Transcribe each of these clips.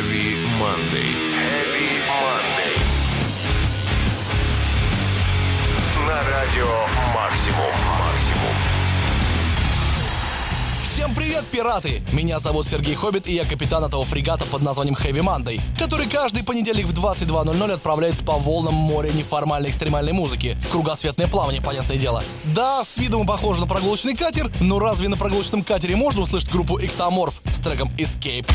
Heavy Monday. Heavy Monday. На радио Максимум. Всем привет, пираты! Меня зовут Сергей Хоббит, и я капитан этого фрегата под названием Heavy Monday, который каждый понедельник в 22:00 отправляется по волнам моря неформальной экстремальной музыки, в кругосветное плавание, понятное дело. Да, с виду мы похожи на прогулочный катер, но разве на прогулочном катере можно услышать группу Экктоморф с треком Escape?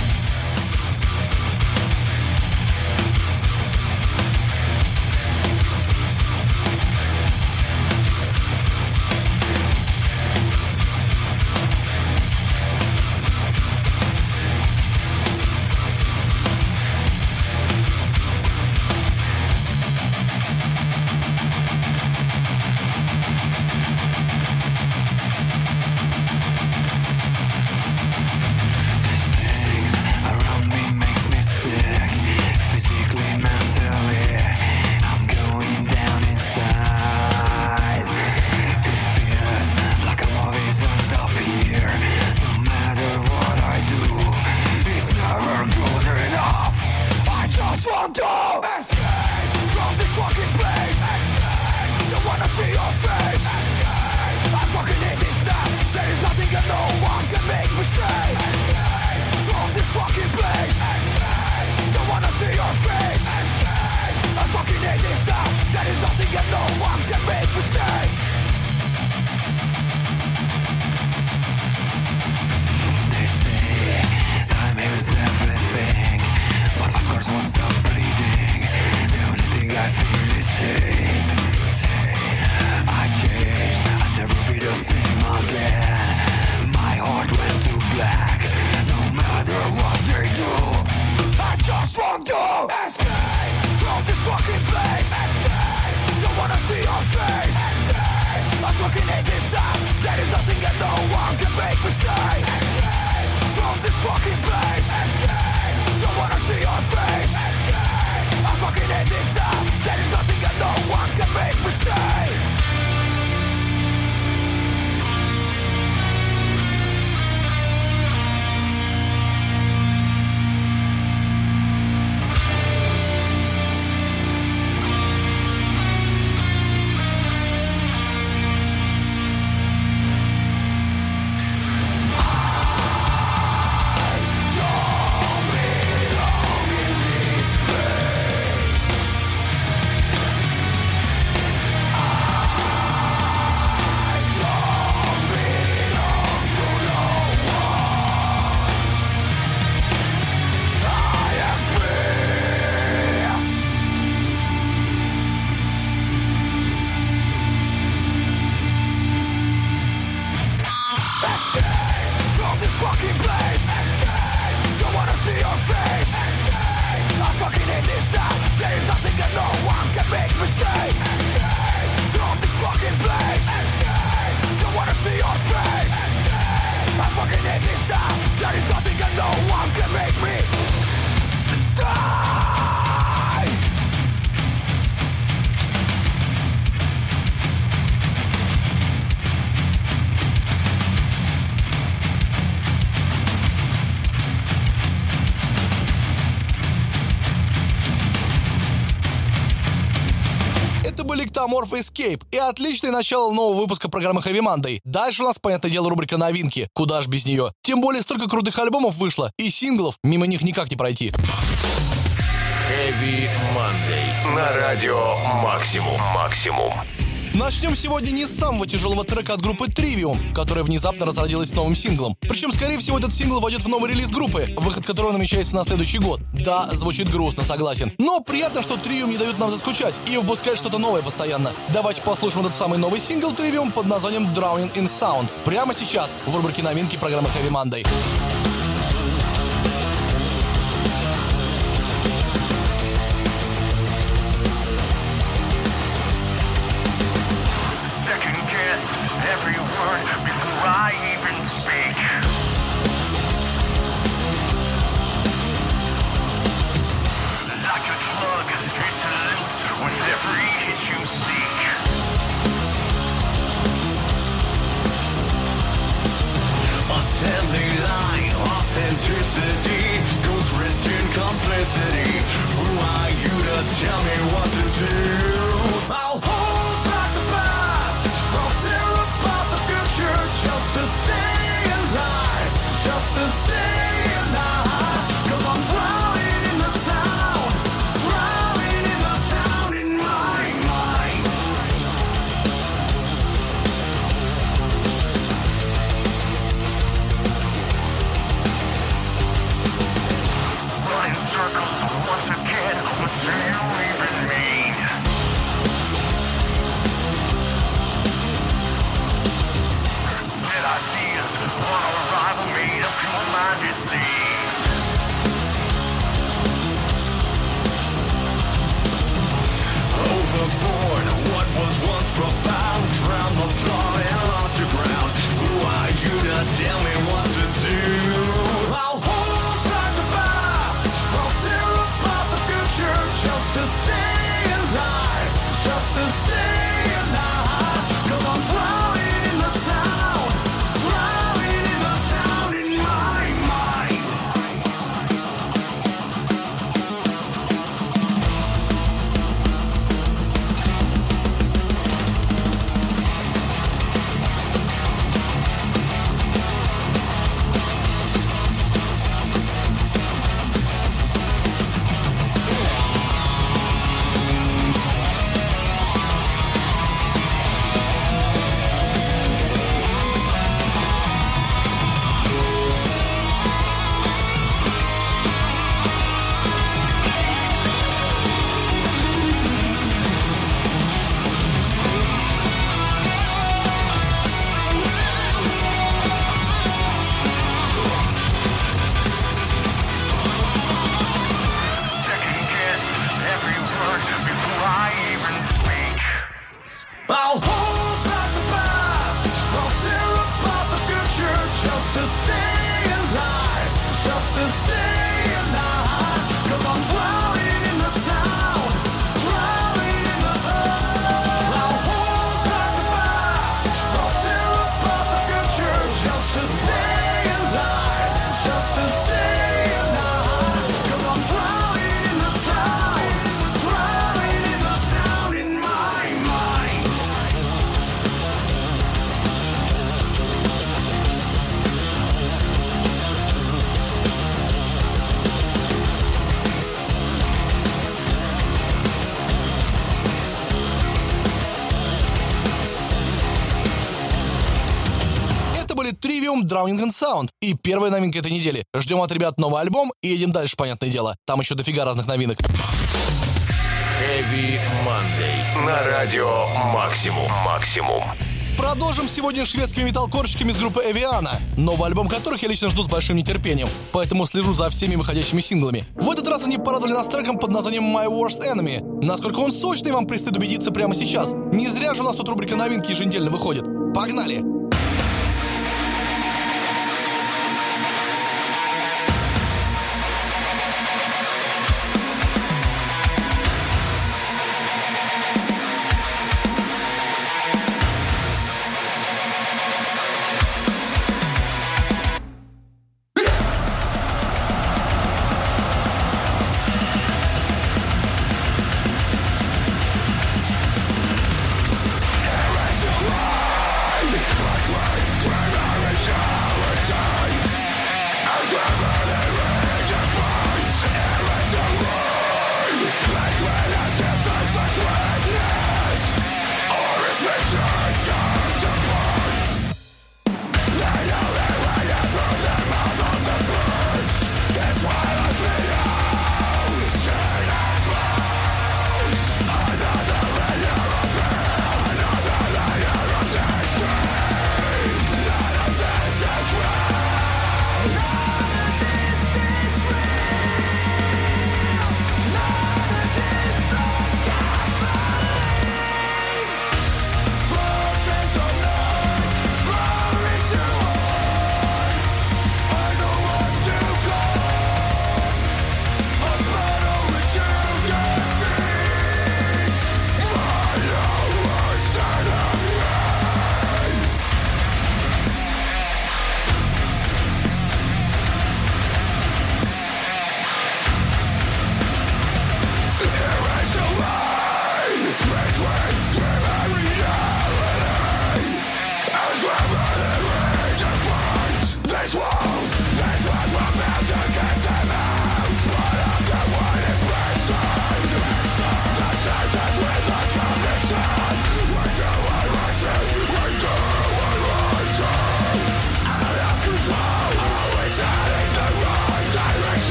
Экктоморф Escape и отличное начало нового выпуска программы Heavy Monday. Дальше у нас, понятное дело, рубрика «Новинки». Куда ж без нее? Тем более столько крутых альбомов вышло и синглов, мимо них никак не пройти. Heavy Monday. На радио Максимум. Начнем сегодня не с самого тяжелого трека от группы Trivium, которая внезапно разродилась новым синглом. Причем, скорее всего, этот сингл войдет в новый релиз группы, выход которого намечается на следующий год. Да, звучит грустно, согласен. Но приятно, что Trivium не дают нам заскучать и выпускают что-то новое постоянно. Давайте послушаем этот самый новый сингл Trivium под названием Drowning in Sound. Прямо сейчас в рубрике новинки программы Heavy Monday. Every word before I even speak. Like a drug, it dilutes with every hit you seek. Assembly line, authenticity goes written complete. tell me what to do. I'll hold back the past, I'll tear apart the future just to stay alive, just to stay alive. 'Cause I'm drowning in the sound, drowning in the sound in my mind. Running circles once again, what do you even mean? Dead ideas on arrival made of pure-minded seeds. Overboard, what was once profound, drown the thought and lost your ground. Who are you to tell me what to do? I'll hold back the past, I'll tear apart the future just to stay alive, just to stay alive. 'Cause I'm drowning in the sound, drowning in the sound in my mind. Second guess every word before I even speak. I'll hold back the past, I'll tear apart the future just to stay alive, just to stay alive. 'Cause I'm drowning in the sound, drowning in the sound. I'll hold back the past, I'll tear apart the future just to stay alive, just to stay alive. 'Cause I'm drowning in the sound, drowning in the sound in my mind. Это были Trivium, Drowning in Sound. И первая новинка этой недели. Ждем от ребят новый альбом и едем дальше, понятное дело. Там еще дофига разных новинок. Heavy Monday. На радио Максимум. Максимум. Продолжим сегодня шведскими металкорщиками из группы Eviana, новый альбом которых я лично жду с большим нетерпением, поэтому слежу за всеми выходящими синглами. В этот раз они порадовали нас треком под названием My Worst Enemy. Насколько он сочный, вам предстоит убедиться прямо сейчас. Не зря же у нас тут рубрика новинки еженедельно выходит. Погнали! Erase your mind.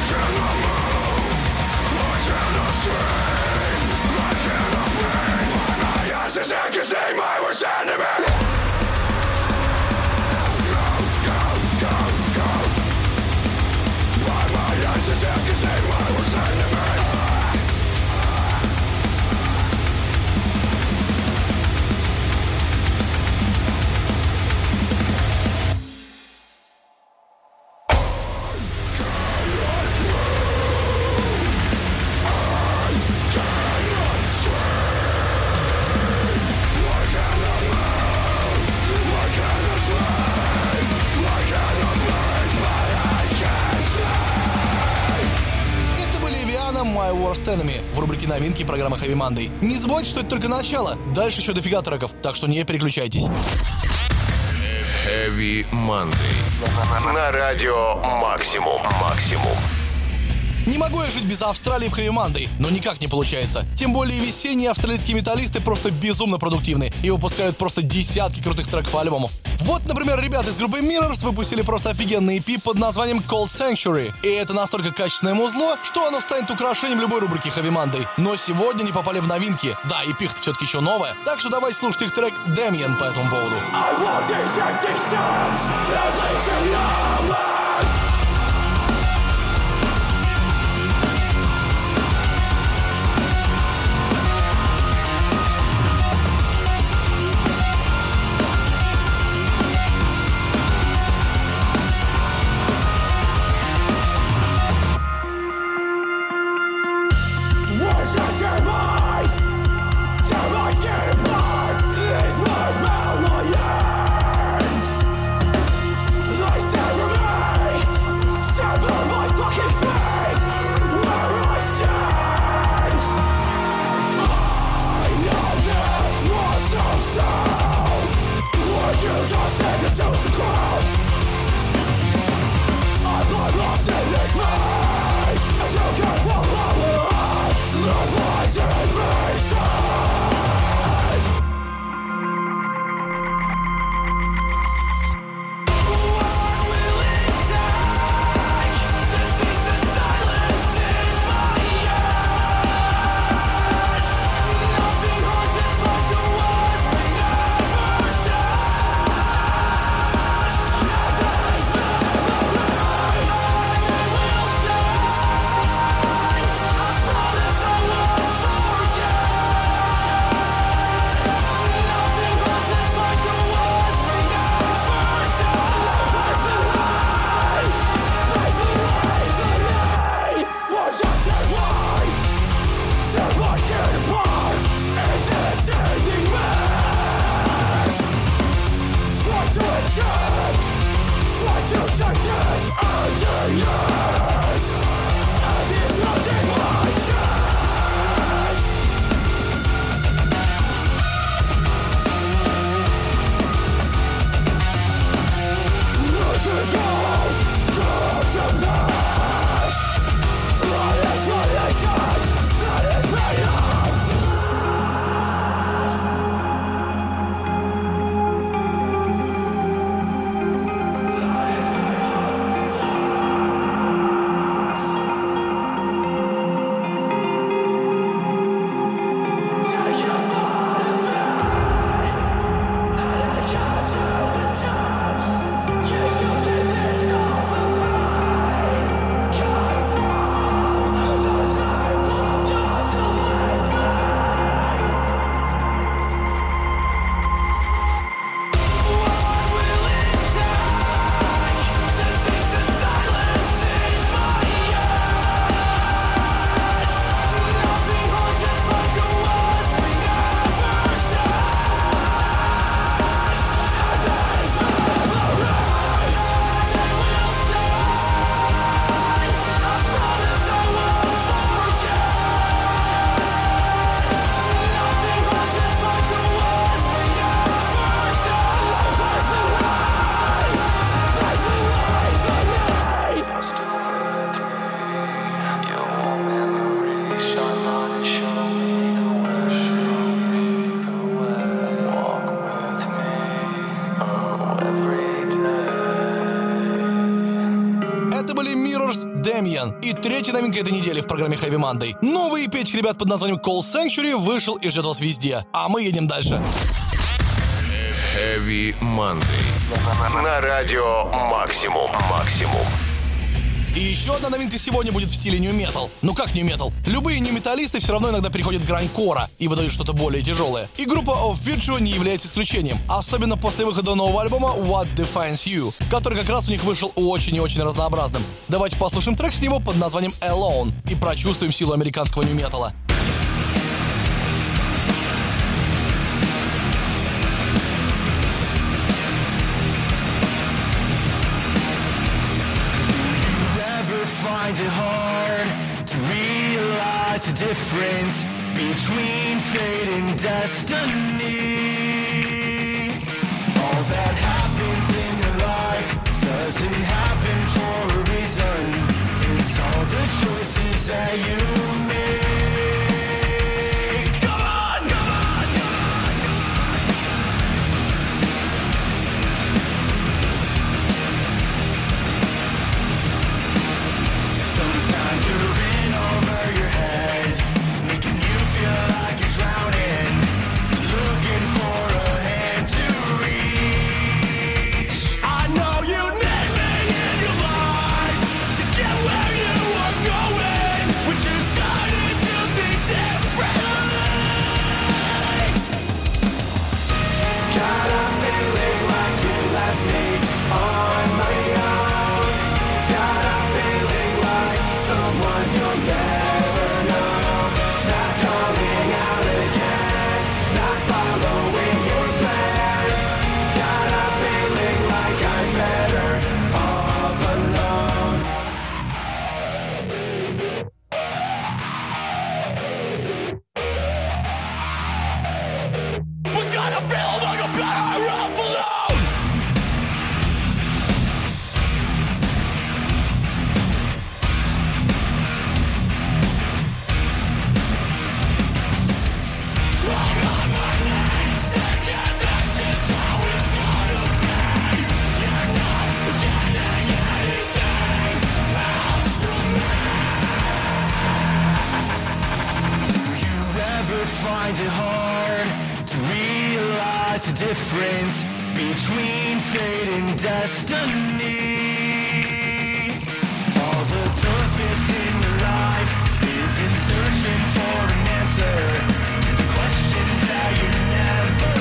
My Worst Enemy в рубрике новинки программы Heavy Monday. Не забывайте, что это только начало. Дальше еще дофига треков, так что не переключайтесь. Heavy Monday. На радио Максимум. Не могу я жить без Австралии в Heavy Monday, но никак не получается. Тем более весенние австралийские металлисты просто безумно продуктивны и выпускают просто десятки крутых треков по альбому. Вот, например, ребята из группы Mirrors выпустили просто офигенный EP под названием Cold Sanctuary. И это настолько качественное музло, что оно станет украшением любой рубрики Heavy Monday. Но сегодня не попали в новинки. Да, EP-то все-таки еще новая. Так что давайте слушать их трек Damien по этому поводу. Damien. И третья новинка этой недели в программе Heavy Monday. Новый EP этих ребят под названием Cold Sanctuary вышел и ждет вас везде. А мы едем дальше. Heavy Monday. На радио Максимум. И еще одна новинка сегодня будет в стиле нью-метал. Ну как нью-метал? Любые нью-металлисты все равно иногда переходят грань кора и выдают что-то более тяжелое. И группа Of Virtue не является исключением. Особенно после выхода нового альбома What Defines You, который как раз у них вышел очень и очень разнообразным. Давайте послушаем трек с него под названием Alone и прочувствуем силу американского нью-металла. Find it hard to realize the difference between fate and destiny. All that happens in your life doesn't happen for a reason. It's all the choices that you make. Come on, come on, come on, come on. Sometimes you're in over your head, making you feel like you're drowning, looking for a hand to reach. I know you need me in your life to get where you are going, but you're starting to think differently. God, I'm feeling like you left me on my own. God, I'm feeling like someone you'll never know. Not calling out again, not following your plan. God, I'm feeling like I'm better off alone. But God, I'm feeling like I'm better off alone. Find it hard to realize the difference between fate and destiny. All the purpose in your life is in searching for an answer to the questions that you never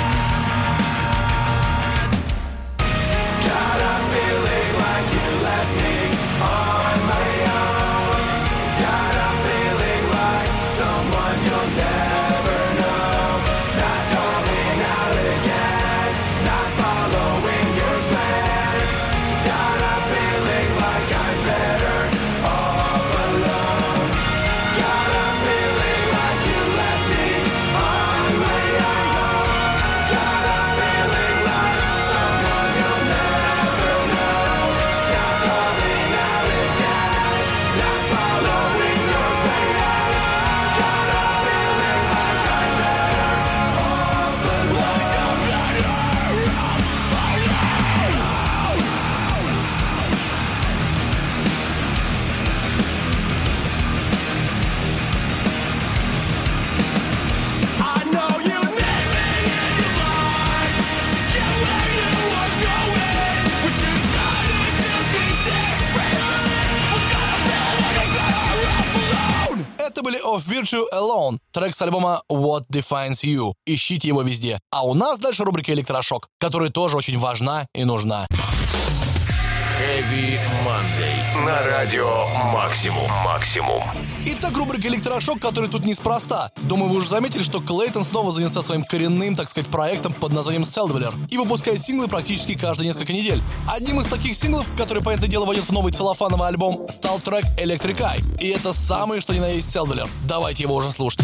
had. God, I'm feeling like you left me on my own. God, I'm feeling like someone you'll never know. Not calling out again, not following your plan. God, I'm feeling like I'm better off alone. God, I'm feeling like you left me on my own. God, I'm feeling like someone you'll never know. Not calling out again, not following your plan. God, I'm feeling like I'm better off alone. I know you need me in your life to get where you are going, but you're starting to think differently. We're gonna feel like I'm better off alone. Это были Of Virtue Alone, трек с альбома What Defines You. Ищите его везде. А у нас дальше рубрика «Электрошок», которая тоже очень важна и нужна. Heavy Monday. На радио Максимум. Итак, рубрика «Электрошок», которая тут неспроста. Думаю, вы уже заметили, что Клейтон снова занялся своим коренным, так сказать, проектом под названием Celldweller и выпускает синглы практически каждые несколько недель. Одним из таких синглов, который, понятное дело, войдет в новый целлофановый альбом, стал трек Electric Eye. И это самый, что ни на есть, Celldweller. Давайте его уже слушать.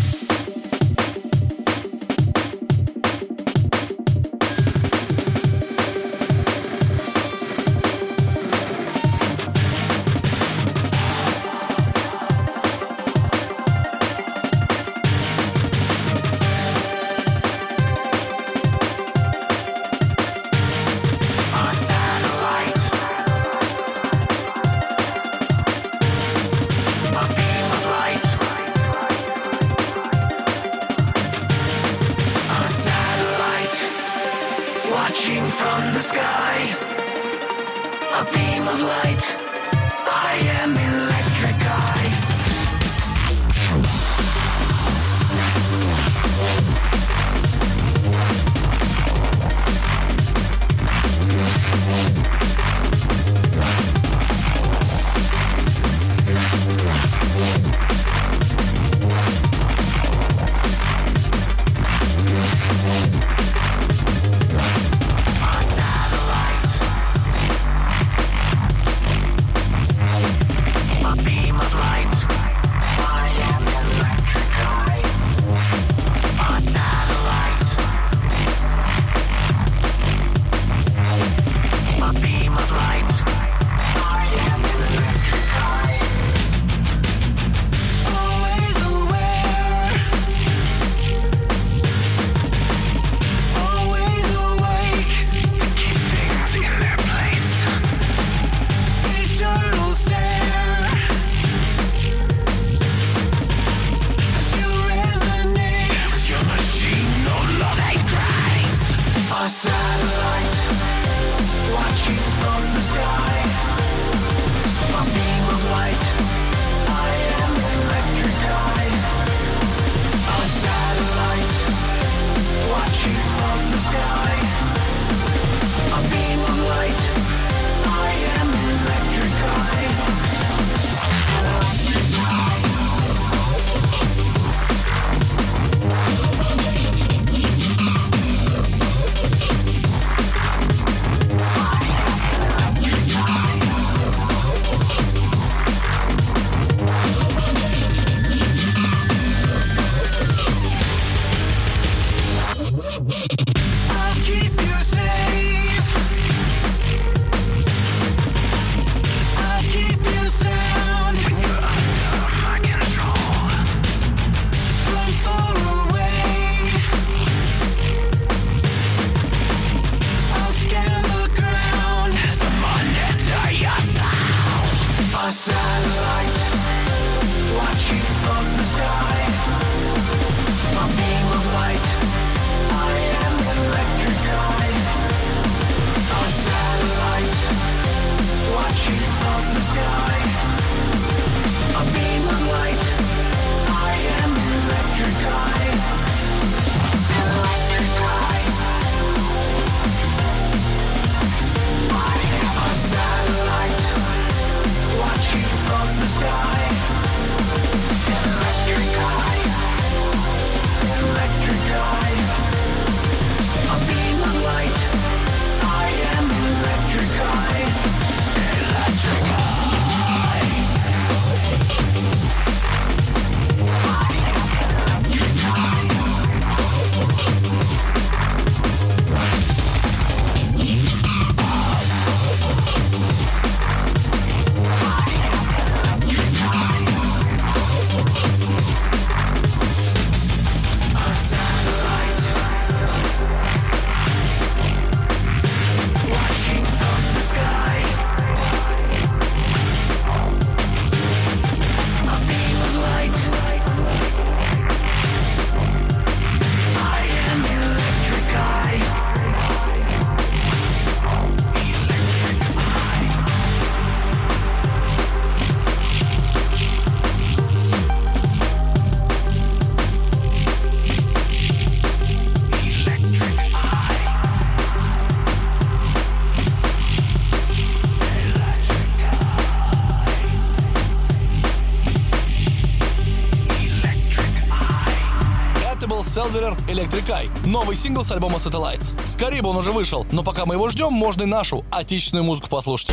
Traveler Electric Eye, новый сингл с альбома Satellites. Скорее бы он уже вышел, но пока мы его ждем, можно и нашу отечественную музыку послушать.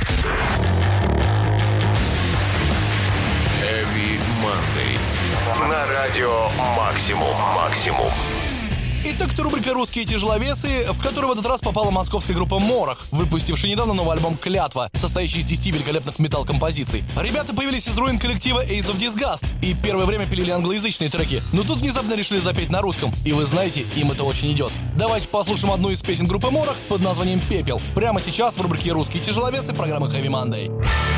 Heavy Monday. На радио Максимум. Итак, это рубрика «Русские тяжеловесы», в которую в этот раз попала московская группа «Морох», выпустившая недавно новый альбом «Клятва», состоящий из 10 великолепных металл-композиций. Ребята появились из руин коллектива Ace of Disgust и первое время пилили англоязычные треки, но тут внезапно решили запеть на русском. И вы знаете, им это очень идет. Давайте послушаем одну из песен группы «Морох» под названием «Пепел». Прямо сейчас в рубрике «Русские тяжеловесы» программы Heavy Monday.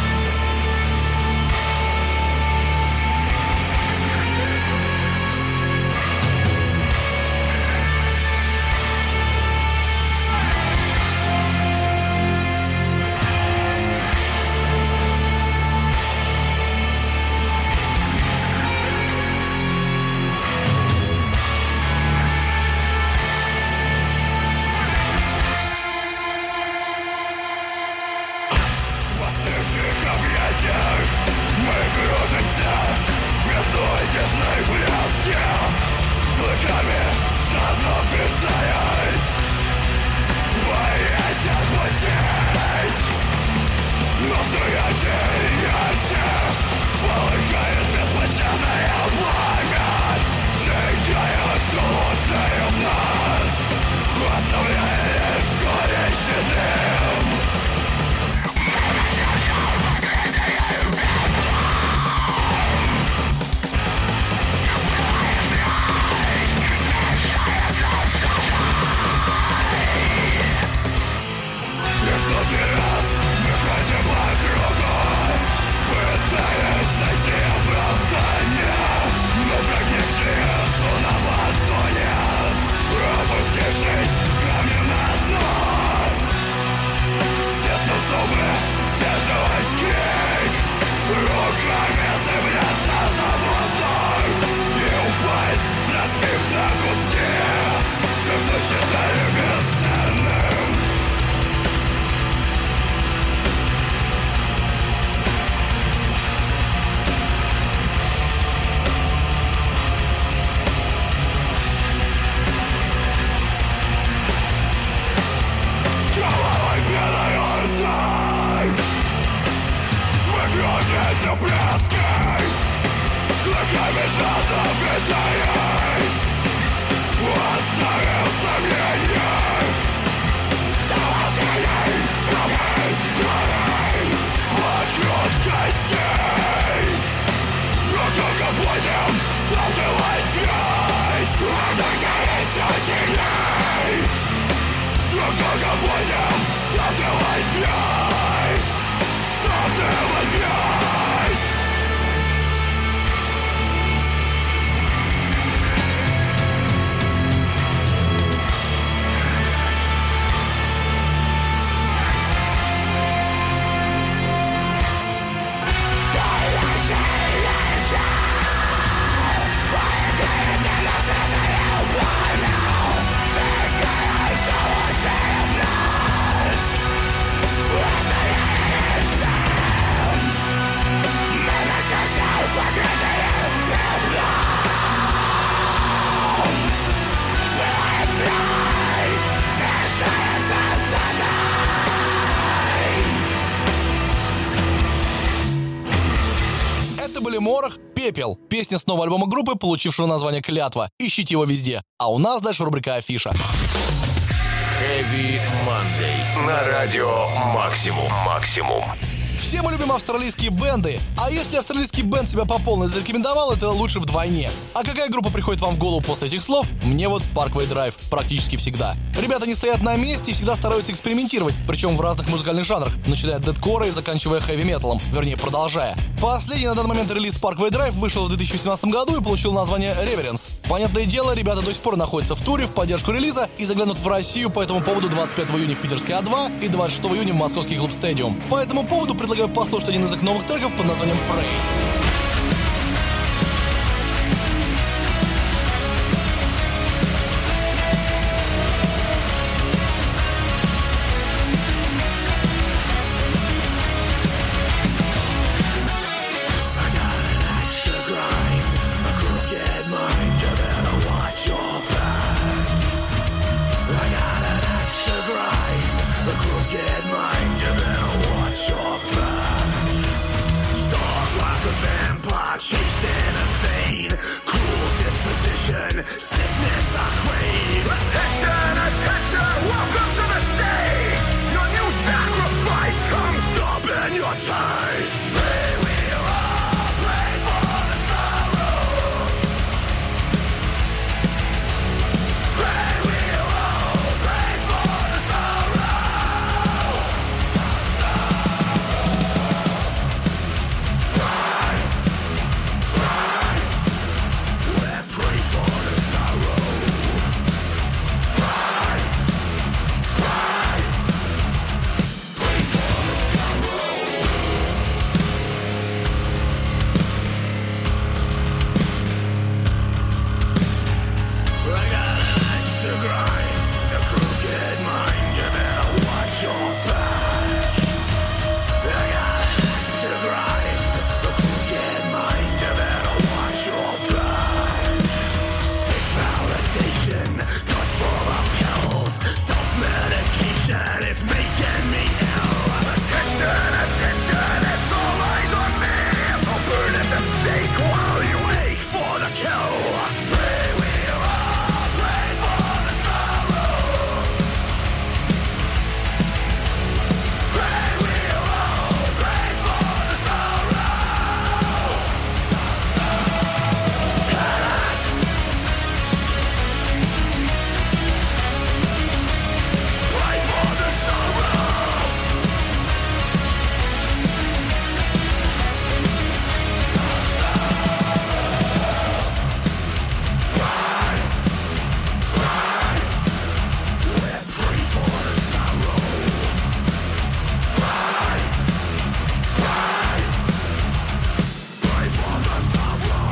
«Морох», «Пепел». Песня с нового альбома группы, получившего название «Клятва». Ищите его везде. А у нас дальше рубрика «Афиша». Heavy Monday. На радио Максимум. Все мы любим австралийские бенды, а если австралийский бенд себя по полной зарекомендовал, это лучше вдвойне. А какая группа приходит вам в голову после этих слов? Мне вот Parkway Drive практически всегда. Ребята не стоят на месте и всегда стараются экспериментировать, причем в разных музыкальных жанрах, начиная от дэткора и заканчивая хэви-металом, вернее продолжая. Последний на данный момент релиз Parkway Drive вышел в 2017 году и получил название Reverence. Понятное дело, ребята до сих пор находятся в туре в поддержку релиза и заглянут в Россию по этому поводу 25 июня в питерской А2 и 26 июня в московский клуб Stadium. По этому поводу предлагаю послушать один из их новых треков под названием Prey. Your mind, you better watch your back. Stalk like a vampire, chasing a vein. Cruel disposition, sickness I crave. Attention, attention, welcome to the stage. Your new sacrifice comes up in your taste. Pray we all pray for the sorrow. Pray we all pray for the sorrow. Pray, pray, we pray for the sorrow. Pray, pray, pray for the sorrow. I got an axe to grind, a crooked mind, you better watch your back. I got an axe to grind, a crooked mind, you better watch your back. Sick validation, not for the pills, self-medication, it's making me ill. Attention, attention, it's all eyes on me. I'll burn at the stake while you ache for the kill. Pray we all pray for the sorrow. Pray we all pray for the sorrow. Panic. Pray for the sorrow. Pray for the sorrow. Pray, pray, pray for the sorrow.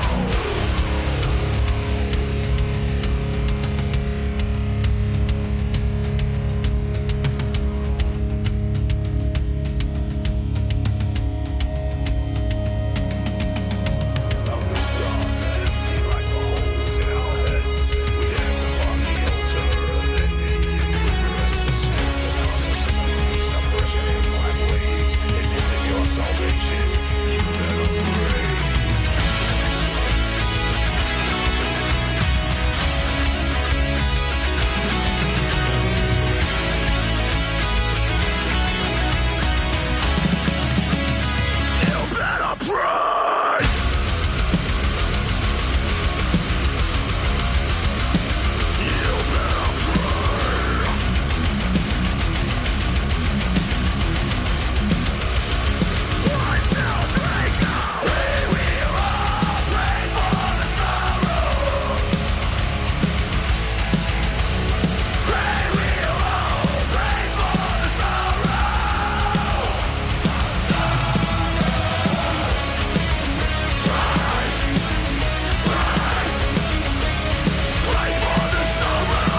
Of this world's empty like the holes in our heads. We dance upon the altar and then the universe escape the narcissism, suppression in black waves. If this is your salvation, you better pray. You better pray. You better pray. One, two, three, go. Pray we all pray for the sorrow. Pray we all pray for the sorrow. Pray for the sorrow.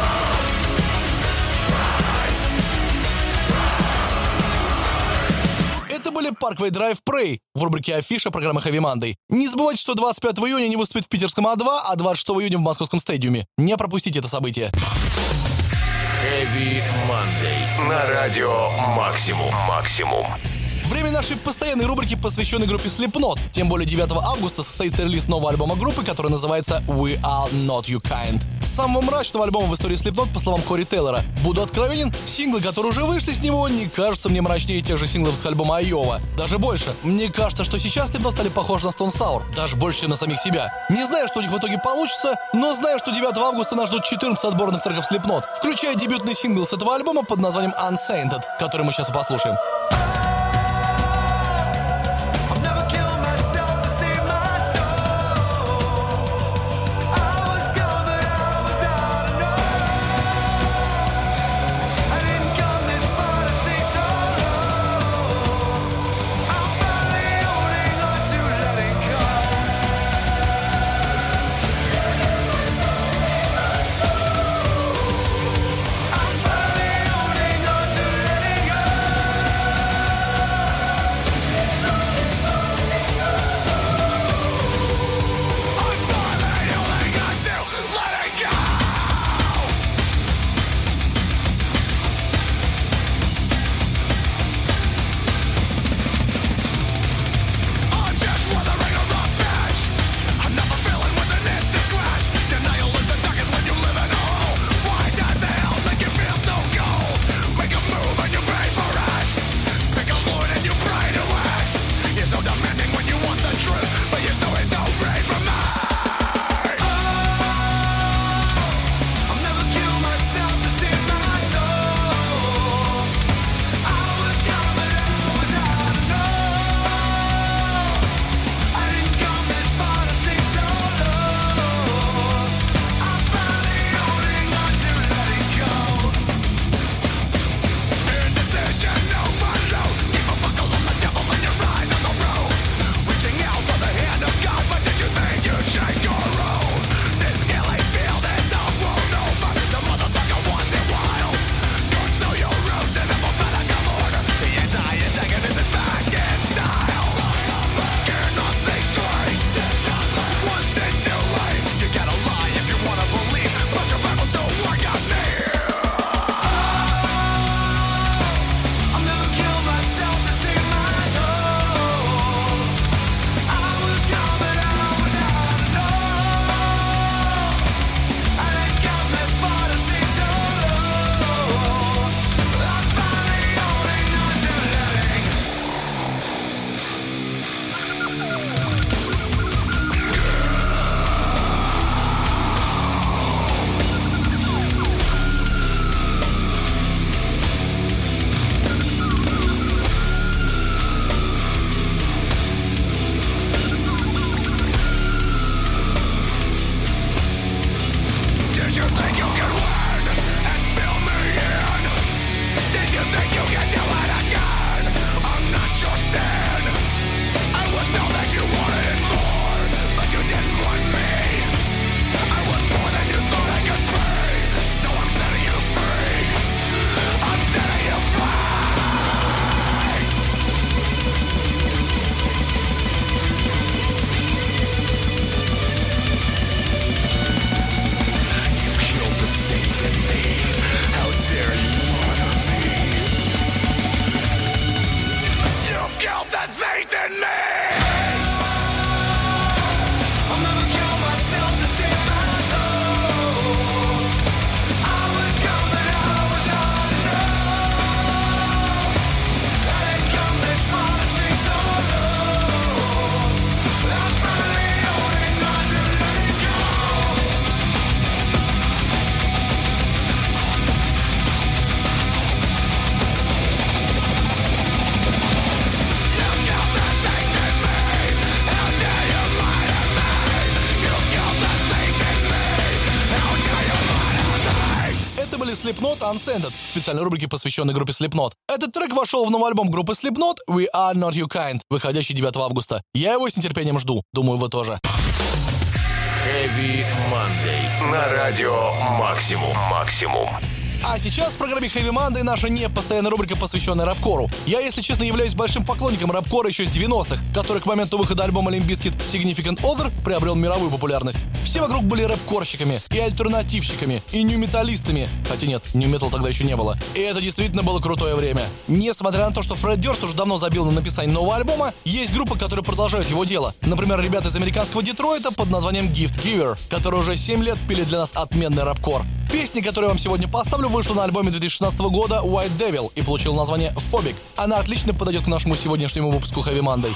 Это были Parkway Drive Pray в рубрике «Афиша» программы Heavy Monday. Не забывайте, что 25 июня они выступят в питерском А2, а 26 июня в московском стадиуме. Не пропустите это событие. Heavy Monday. На радио Максимум. Максимум. Время нашей постоянной рубрики, посвященной группе Slipknot. Тем более 9 августа состоится релиз нового альбома группы, который называется We Are Not Your Kind. Самого мрачного альбома в истории Slipknot, по словам Кори Тейлора. Буду откровенен, синглы, которые уже вышли с него, не кажутся мне мрачнее тех же синглов с альбома Айова. Даже больше. Мне кажется, что сейчас Slipknot стали похожи на Stone Sour. Даже больше, чем на самих себя. Не знаю, что у них в итоге получится, но знаю, что 9 августа нас ждут 14 отборных треков Slipknot, включая дебютный сингл с этого альбома под названием Unsainted, который мы сейчас и послушаем. I'll never kill myself to save my soul. I was gone, but I was out of know. I didn't come this far to sing so low. I'm finally holding on to letting go. I'm finally holding on to letting go. Slipknot Unscented, в специальной рубрике, посвященной группе Slipknot. Этот трек вошел в новый альбом группы Slipknot We Are Not Your Kind, выходящий 9 августа. Я его с нетерпением жду, думаю, вы тоже. Heavy Monday на радио Максимум. А сейчас в программе Heavy Monday наша непостоянная рубрика, посвященная рэпкору. Я, если честно, являюсь большим поклонником рэпкора еще с 90-х, который к моменту выхода альбома Limp Bizkit Significant Other приобрел мировую популярность. Все вокруг были рэпкорщиками, и альтернативщиками, и нью-металлистами. Хотя нет, нью-метал тогда еще не было. И это действительно было крутое время. Несмотря на то, что Фред Дёрст уже давно забил на написание нового альбома, есть группы, которые продолжают его дело. Например, ребята из американского Детройта под названием Gift Giver, которые уже 7 лет пили для нас отменный рэпкор. Песня, которую я вам сегодня поставлю, вышла на альбоме 2016 года White Devil и получила название Phobic. Она отлично подойдет к нашему сегодняшнему выпуску Heavy Monday.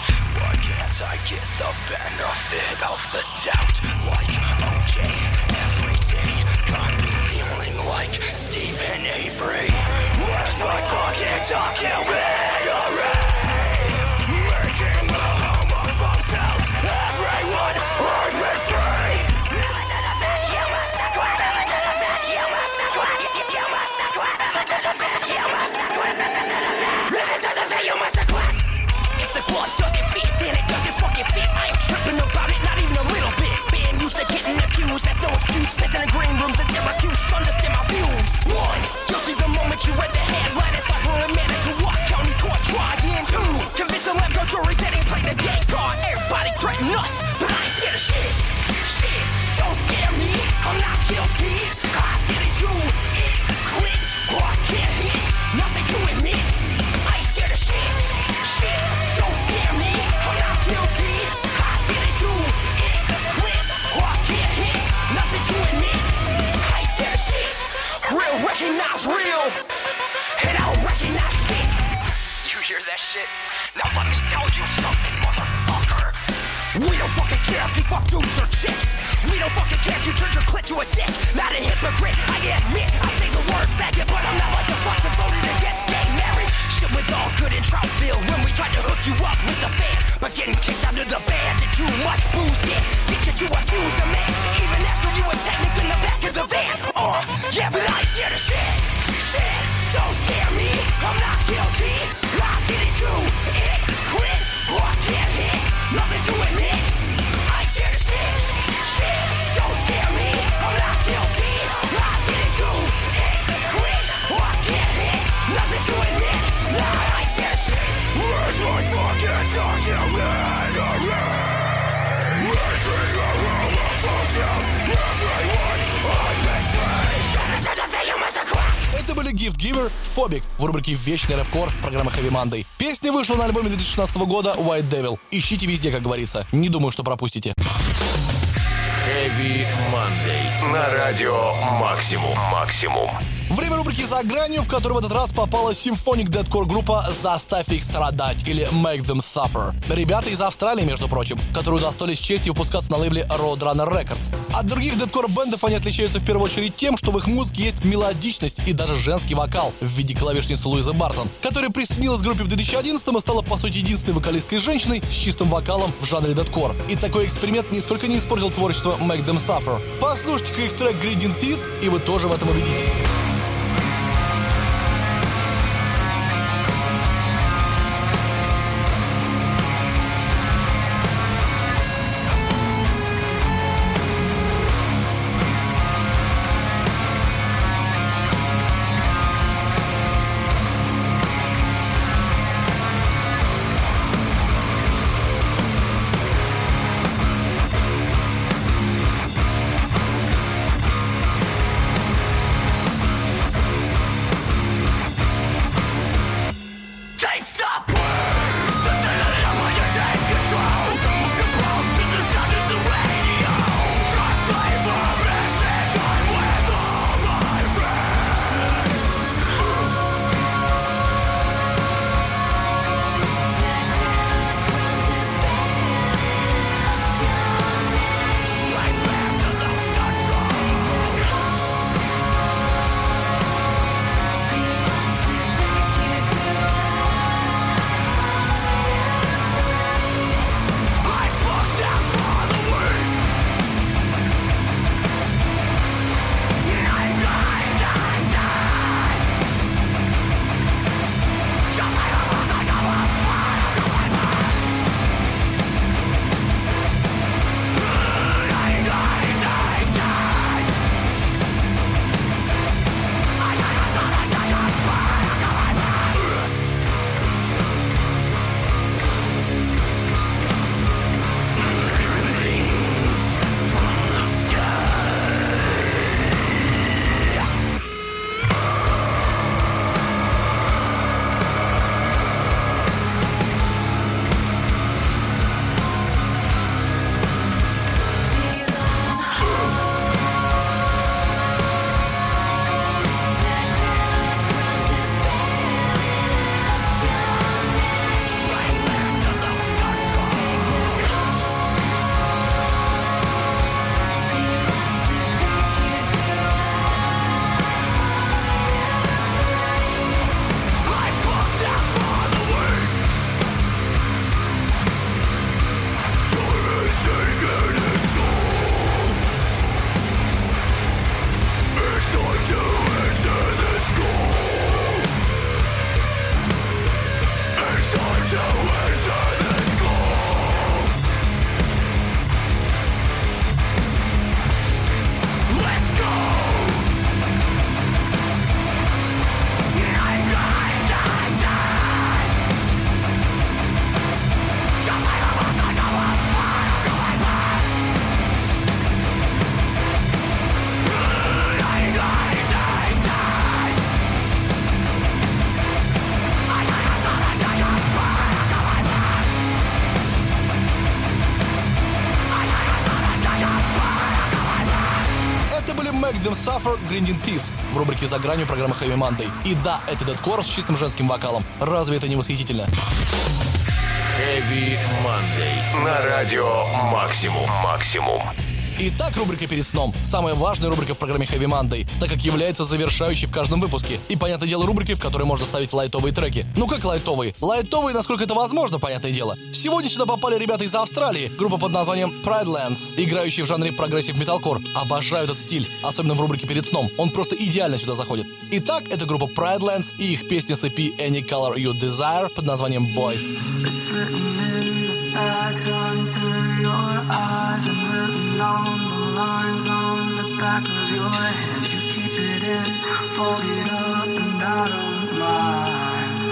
That's no excuse, pissing in green rooms at Syracuse, understand my views. One, guilty the moment you read the headline. It's like we're in Manitowoc County Court trying. Two, convince the lab jury that ain't play the game card. Everybody threaten us, but I ain't scared of shit. Shit, don't scare me, I'm not guilty. I did it too, it quit, or I can't hit. Nothing to admit, I ain't scared of shit. Shit, don't scare me, I'm not guilty. I did it too, it quit, or I can't hit. Nothing to admit, I ain't scared of shit. Real recognize real, and I don't recognize shit. You hear that shit? Now let me tell you something, motherfucker. We don't fucking care if you fuck dudes or chicks. We don't fucking care if you turn your clit to a dick. Not a hypocrite, I admit. I say the word faggot, but I'm not like the fucks that voted against gay marriage. Shit was all good in Troutfield when we tried to hook you up with the fan. But getting kicked out of the band did too much booze get you to accuse a man. Even after you were technically in the back of the van. Yeah, but I ain't scared of shit. Shit, don't scare me, I'm not guilty. I did it too, it quit, or I can't hit. Nothing to admit, I ain't scared of shit. Shit, don't scare me, I'm not guilty. I did it too, it quit, or I can't hit. Nothing to admit, nah, I ain't scared of shit. Where's my fucking documentary? Making a roll of fucked up everyone I've been free. Doesn't feel you must have cracked. Это были Gift Giver, Phobic в рубрике «Вечный рэпкор» программы Heavy Monday. Песня вышла на альбоме 2016 года White Devil. Ищите везде, как говорится. Не думаю, что пропустите. Heavy Monday на радио Максимум. Время рубрики «За гранью», в которой в этот раз попала симфоник дэткор группа «Заставь их страдать» или «Make them suffer». Ребята из Австралии, между прочим, которые удостоились чести выпускаться на лейбле Roadrunner Records. От других дэткор-бендов они отличаются в первую очередь тем, что в их музыке есть мелодичность и даже женский вокал в виде клавишницы Луизы Бартон, которая присоединилась к группе в 2011-м и стала, по сути, единственной вокалисткой женщиной с чистым вокалом в жанре дэткор. И такой эксперимент нисколько не испортил творчество «Make them suffer». Послушайте-ка их трек «Gradient Thief», и вы тоже в этом убедитесь. Suffer Grinding Teeth в рубрике «За гранью» программы Heavy Monday. И да, это дэткор с чистым женским вокалом. Разве это не восхитительно? Heavy Monday на радио Максимум. Итак, рубрика «Перед сном» — самая важная рубрика в программе Heavy Monday, так как является завершающей в каждом выпуске. И, понятное дело, рубрикой, в которой можно ставить лайтовые треки. Ну как лайтовые? Лайтовые, насколько это возможно, понятное дело. Сегодня сюда попали ребята из Австралии, группа под названием Pridelands, играющие в жанре прогрессив металкор. Обожаю этот стиль, особенно в рубрике «Перед сном». Он просто идеально сюда заходит. Итак, это группа Pridelands и их песня с EP Any Color You Desire под названием Boys. Bags under your eyes and written on the lines on the back of your head. You keep it in, fold it up and I don't mind.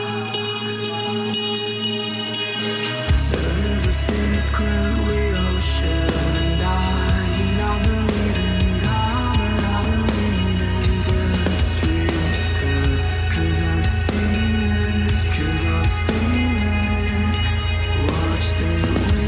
There is a secret we all share and I do not believe in God, but I believe in the sweet good. 'Cause I've seen it, 'cause I've seen it, watched it.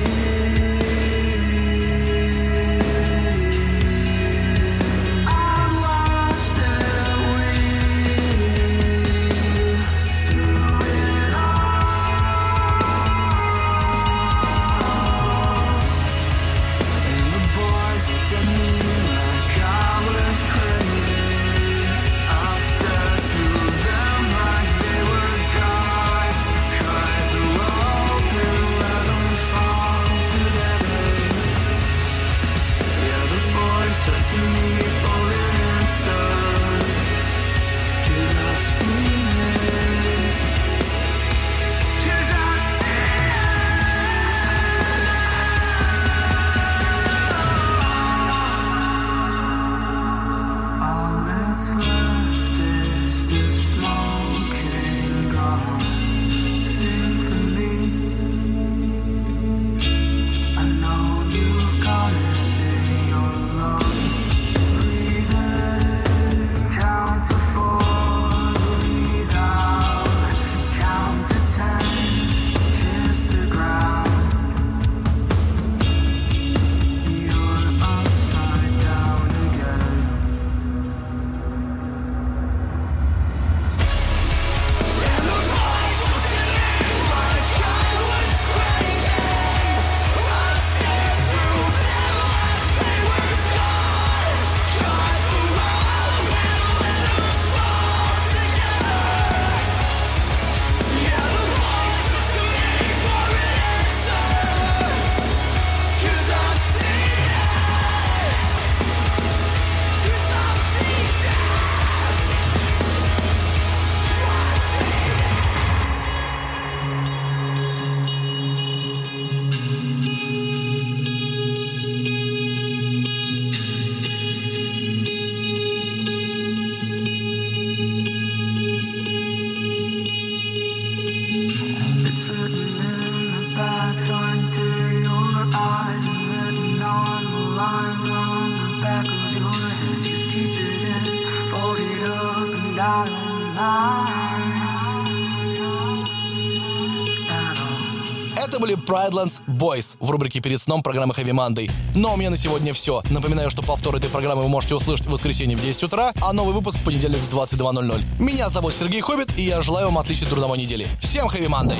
Это были Pridelands Boys в рубрике «Перед сном» программы Heavy Monday. Но у меня на сегодня все. Напоминаю, что повтор этой программы вы можете услышать в воскресенье в 10 утра, а новый выпуск в понедельник в 22:00. Меня зовут Сергей Хоббит, и я желаю вам отличной трудовой недели. Всем Heavy Monday!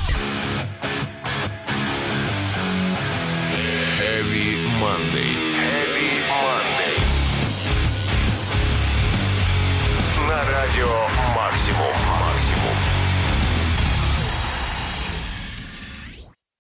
Heavy Monday. Heavy Monday. На радио Максимум.